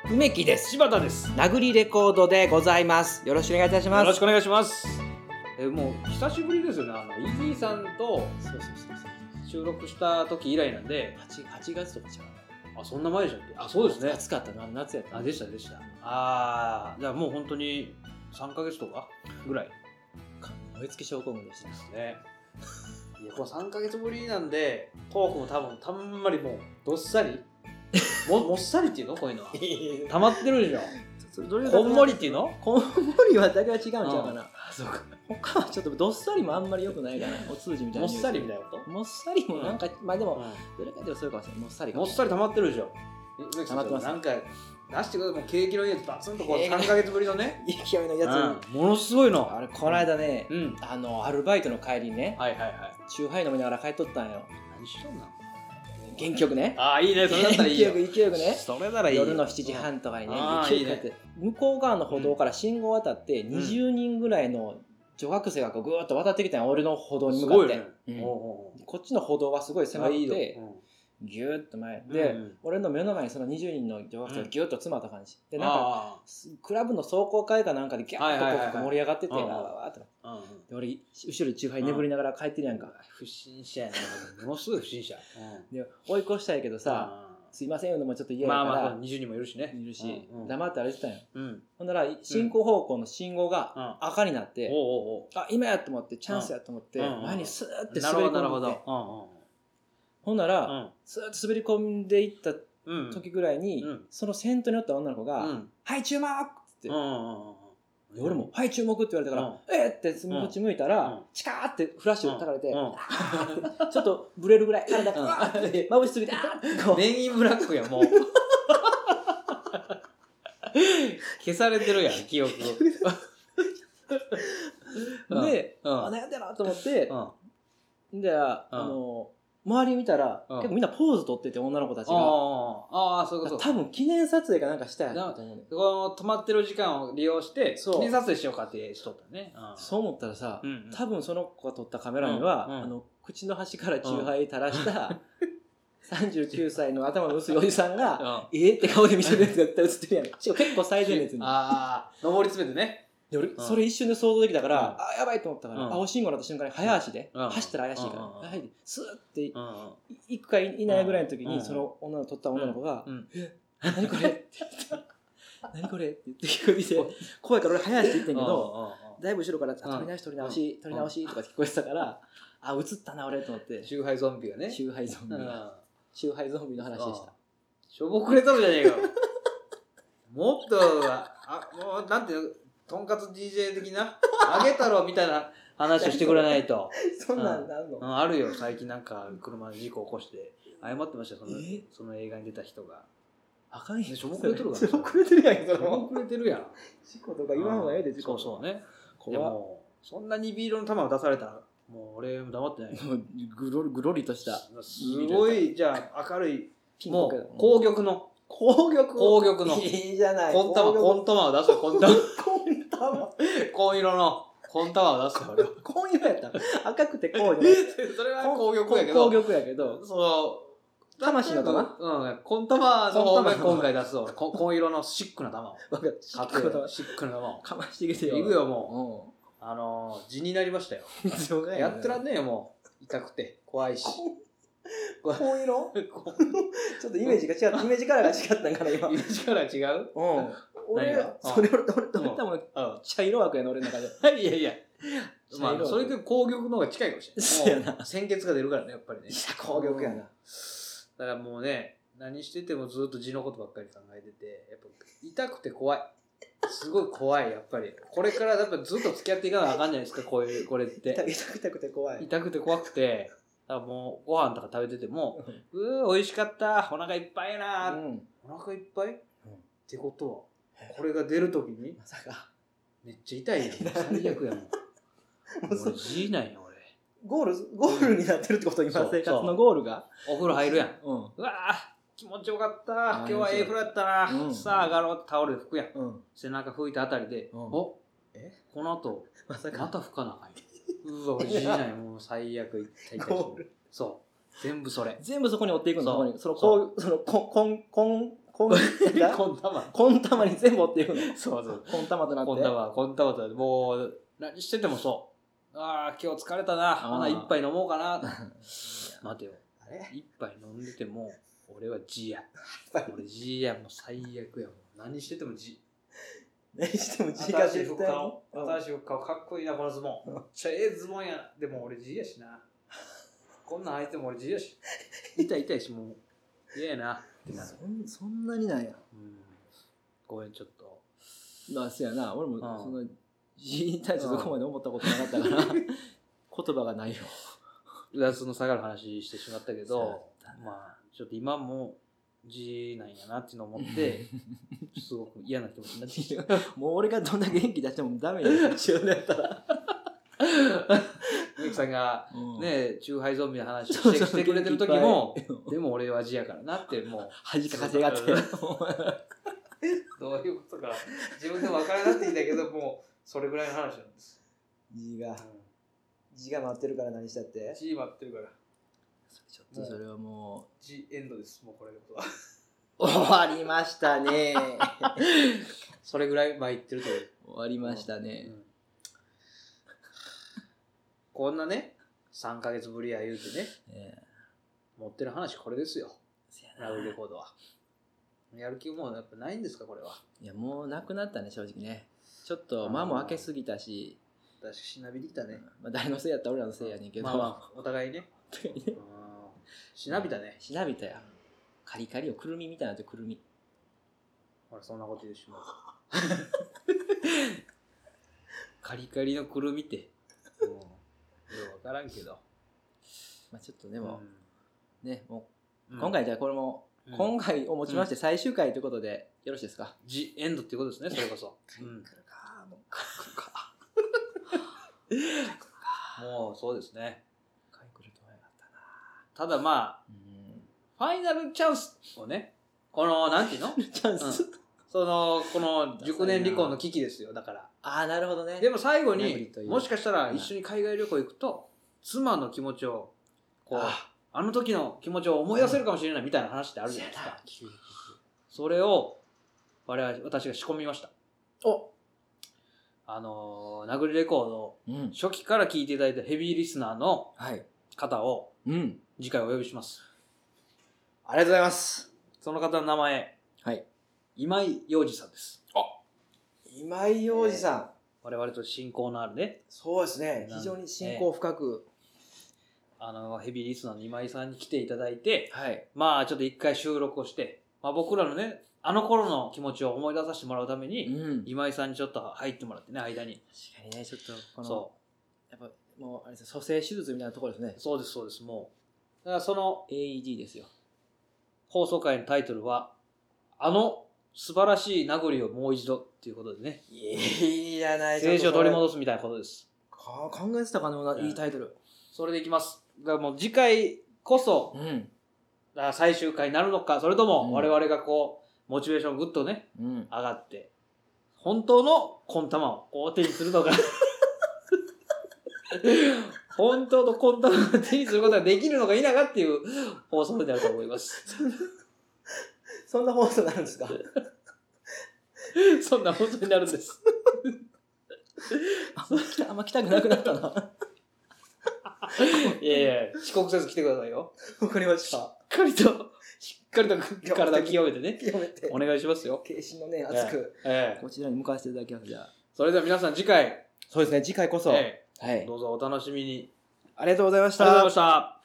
梅木です。 柴田です。 殴りレコードでございます。よろしくお願いいたします。 よろしくお願いします。もう久しぶりですよね。イージーさんと収録した時以来なんで 8月とか違う。 あ、そんな前でしたっけ。あ、そうですね。 暑かったな、夏やった。 あ、でした。ああ、じゃあもう本当に3ヶ月とかぐらい。 燃え尽き症候群でしたね。いや、これ3ヶ月ぶりなんで、トークも多分たんまりもうどっさりもっさりっていうのこういうのは溜まってるでしょ。こんもりっていうの？ こんもりはだけは違うんちゃうかな。 そうか。 他はちょっとどっさりもあんまり良くないかな。お通じみたいな。 もっさりみたいなこと？ もっさりもなんか、まあでも、どれかでもそうかもしれない。もっさりかも。 もっさり溜まってるでしょ。 溜まってます。 なんか出してください。もう景気のいいやつバツンとこう3ヶ月ぶりのね勢いのやつ、 ものすごいの。 あれこの間ね、 うん、 アルバイトの帰りね、 はいはいはい、 チューハイ飲みながら帰っとったんよ。 何しとんの？ 原曲ね。 ああ、いいね。それだったらいいよ。 勢いね。 それならいい。 夜の7時半とかにね、 勢いかって、 向こう側の歩道から信号渡って20人ぐらいの女学生がぐーっと渡ってきたんよ、俺の歩道に向かって。こっちの歩道はすごい狭くて、ギューッと前で、俺の目の前にその20人の女学生がギューッと詰まった感じで、なんかクラブの壮行会かなんかでギャーッと盛り上がってて、わーっとで俺後ろでチューハイ眠りながら帰ってるやんか。 不審者やな。ものすごい不審者で追い越したいけどさ、すいませんよでもちょっと嫌やから 20人もいるしね、 黙って歩いてたんよ。ほんなら進行方向の信号が赤になって、あ、今やと思ってチャンスやと思って前にスーって滑り込んでて、ほんならスーッと滑り込んでいった時ぐらいにその先頭におった女の子が「はい注目!」って俺も「はい注目!」って言われたから「ってこっち向いたらチカーってフラッシュたかれてちょっとブレるぐらい体がまぶしすぎてメインブラックやもう消されてるやん記憶で何やってんのと思ってで周り見たら結構みんなポーズ取ってて女の子たちがそういうこと多分記念撮影かなんかしたやんと思うね。 止まってる時間を利用して記念撮影しようかってしとったね。 そう思ったらさ、多分その子が撮ったカメラには口の端からチューハイ垂らした39歳の頭の薄いおじさんがって顔で見せるやつが絶対映ってるやん。しかも結構最前列に上り詰めてね。 で俺それ一瞬で想像できたからやばいと思ったから青信号になった瞬間に早足で走ったら怪しいからスーって行くかいないぐらいの時にその女の撮った女の子が「何これ?」って言って「何これ?」って言って聞こえて怖いから俺早足って言ってんけどだいぶ後ろから「撮り直し」とか聞こえてたから映ったな俺と思って。 チューハイゾンビがね。 チューハイゾンビの話でした。 しょぼくれとるじゃねえか。もっともうなんていうとんかつ DJ 的なあげ太郎みたいな話をしてくれないと。 そんなんなんの？ あるよ。最近なんか車で事故起こして謝ってましたよ。その映画に出た人が。 あかんやん。 しょぼくれとるから。 しょぼくれてるやん。 しょぼくれてるやん。 事故とか言わんほうがええで、事故。 そうね。でもそんなにビールの玉を出されたらもう俺黙ってない。 ぐろりとしたすごいじゃあ明るいもう紅玉のいいじゃない。 コン玉を出すよ。紺色の紺玉を出すよ。 紺色やった。赤くて紺色。 それは紅玉やけど。 その魂の玉？ 紺玉の方が今回出すわ。紺色のシックな玉を。シックな玉を。 かましてきてよ。 いくよもう。地になりましたよ。やってらんねえよもう。痛くて怖いし。 紺色ちょっとイメージカラーが違ったんかな今。 イメージカラー違う？ 俺多分茶色枠やの俺の中で。 いやまあそれで紅玉の方が近いかもしれない。もう鮮血が出るからねやっぱりね。 紅玉やな。 だからもうね何しててもずっと字のことばっかり考えててやっぱ痛くて怖い。すごい怖いやっぱり。これからやっぱずっと付き合っていかなあかんじゃないですかこれって。 痛くて怖い。 痛くて怖くて。だからもうご飯とか食べてても美味しかったお腹いっぱいやな、お腹いっぱい、ってことはこれが出るときにまさかめっちゃ痛いやん最悪やもん俺Gなんや俺ゴールになってるってこと今生活のゴールがお風呂入るやん、うわ気持ちよかった今日は風呂やったな、さあ上がろうってタオルで拭くやん、背中拭いたあたりで、この後また拭かなあかんやんうわ、Gないもう最悪痛いそう全部そこに追っていくのそのコン玉に全部持っていくの。 そうそう。 コン玉となって。 コン玉となって、もう、何しててもそう。ああ、今日疲れたな。ほな、一杯飲もうかな。待てよ。一杯飲んでても、俺は G や。俺 G や。もう最悪や。もう何してても G。 何しても G が絶対。 新しい服買おう。かっこいいな、このズボン。めっちゃええズボンや。でも俺 G やしな。こんなん履いても俺 G やし。痛いし、もう。嫌やな。ってなる。 そんなになんや。 ごめん、ちょっと。 まあ、そうやな。俺も、その、G に対してそこまで思ったことなかったから、言葉がないよ。 その下がる話してしまったけど、まあ、ちょっと今も G なんやなっていうのを思って、すごく嫌な気持ちになってきて。 もう俺がどんだけ元気出してもダメだよ、一応やったら。 植木さんがね、チューハイゾンビの話してくれてる時も、でも俺は G やからなって、もう。 恥かかせがって。 どういうことか、自分でも分からなくていいんだけど、もう、それぐらいの話なんです。 G が待ってるから何したって G 待ってるから。 ちょっとそれはもう。 G エンドです、もうこれのことは。 終わりましたね。 それぐらい言ってるという。 終わりましたね。 こんなね、3ヶ月ぶりや言うてね、持ってる話これですよ。ラブレコードは。やる気もやっぱないんですか、これは。 いや、もうなくなったね、正直ね。ちょっと間も開けすぎたし。 確かしなびてきたね。 まあ、誰のせいやったら俺らのせいやねんけど。 お互いね。しなびたね。 しなびたや。カリカリをくるみみたいなってくるみ。 ほら、そんなこと言うしまう。カリカリのくるみって。よくわからんけど。 まあちょっとでも、ね、もう、今回じゃあこれも、今回をもちまして最終回ということでよろしいですか？ G エンドっていうことですね、それこそ。もうそうですね。ただまあ、ファイナルチャンスをね、この、なんていうの？チャンス、この熟年離婚の危機ですよ、だから。 ああ、なるほどね。 でも最後に、もしかしたら一緒に海外旅行行くと、妻の気持ちを、こう、あの時の気持ちを思い出せるかもしれないみたいな話ってあるじゃないですか。それを、私が仕込みました。殴りレコード、初期から聞いていただいたヘビーリスナーの方を、次回お呼びします。 ありがとうございます。 その方の名前、今井洋二さんです。 今井洋二さん。 我々と親交のあるね。 そうですね。非常に親交深く。 ヘビーリスナーの今井さんに来ていただいて、まあちょっと一回収録をして、まあ僕らのね、あの頃の気持ちを思い出させてもらうために、今井さんにちょっと入ってもらってね、間に。 確かにね、ちょっとやっぱもうあれですね、蘇生手術みたいなところですね。 そうです、そうです、もう。だからその AED ですよ。 放送回のタイトルは、素晴らしい殴りをもう一度っていうことでね。 いいじゃない政治を取り戻すみたいなことです。 考えてたかな、いいタイトル。 それでいきます。だからもう次回こそ、最終回になるのか、それとも我々がこう、モチベーションぐっとね、上がって、本当のコンタマをこう手にするのか、本当のコンタマを手にすることができるのか否かっていう放送になると思います。 そんな放送になるんですか？ そんな放送になるんです。 あんま来たくなくなったな。 いやいや、遅刻せず来てくださいよ。 わかりました。 しっかりと体清めてね。 清めて。 お願いしますよ。 軽心のね、熱く、こちらに向かわせていただきます。じゃあ。 それでは皆さん次回。 そうですね、次回こそ。 どうぞお楽しみに。 ありがとうございました。 ありがとうございました。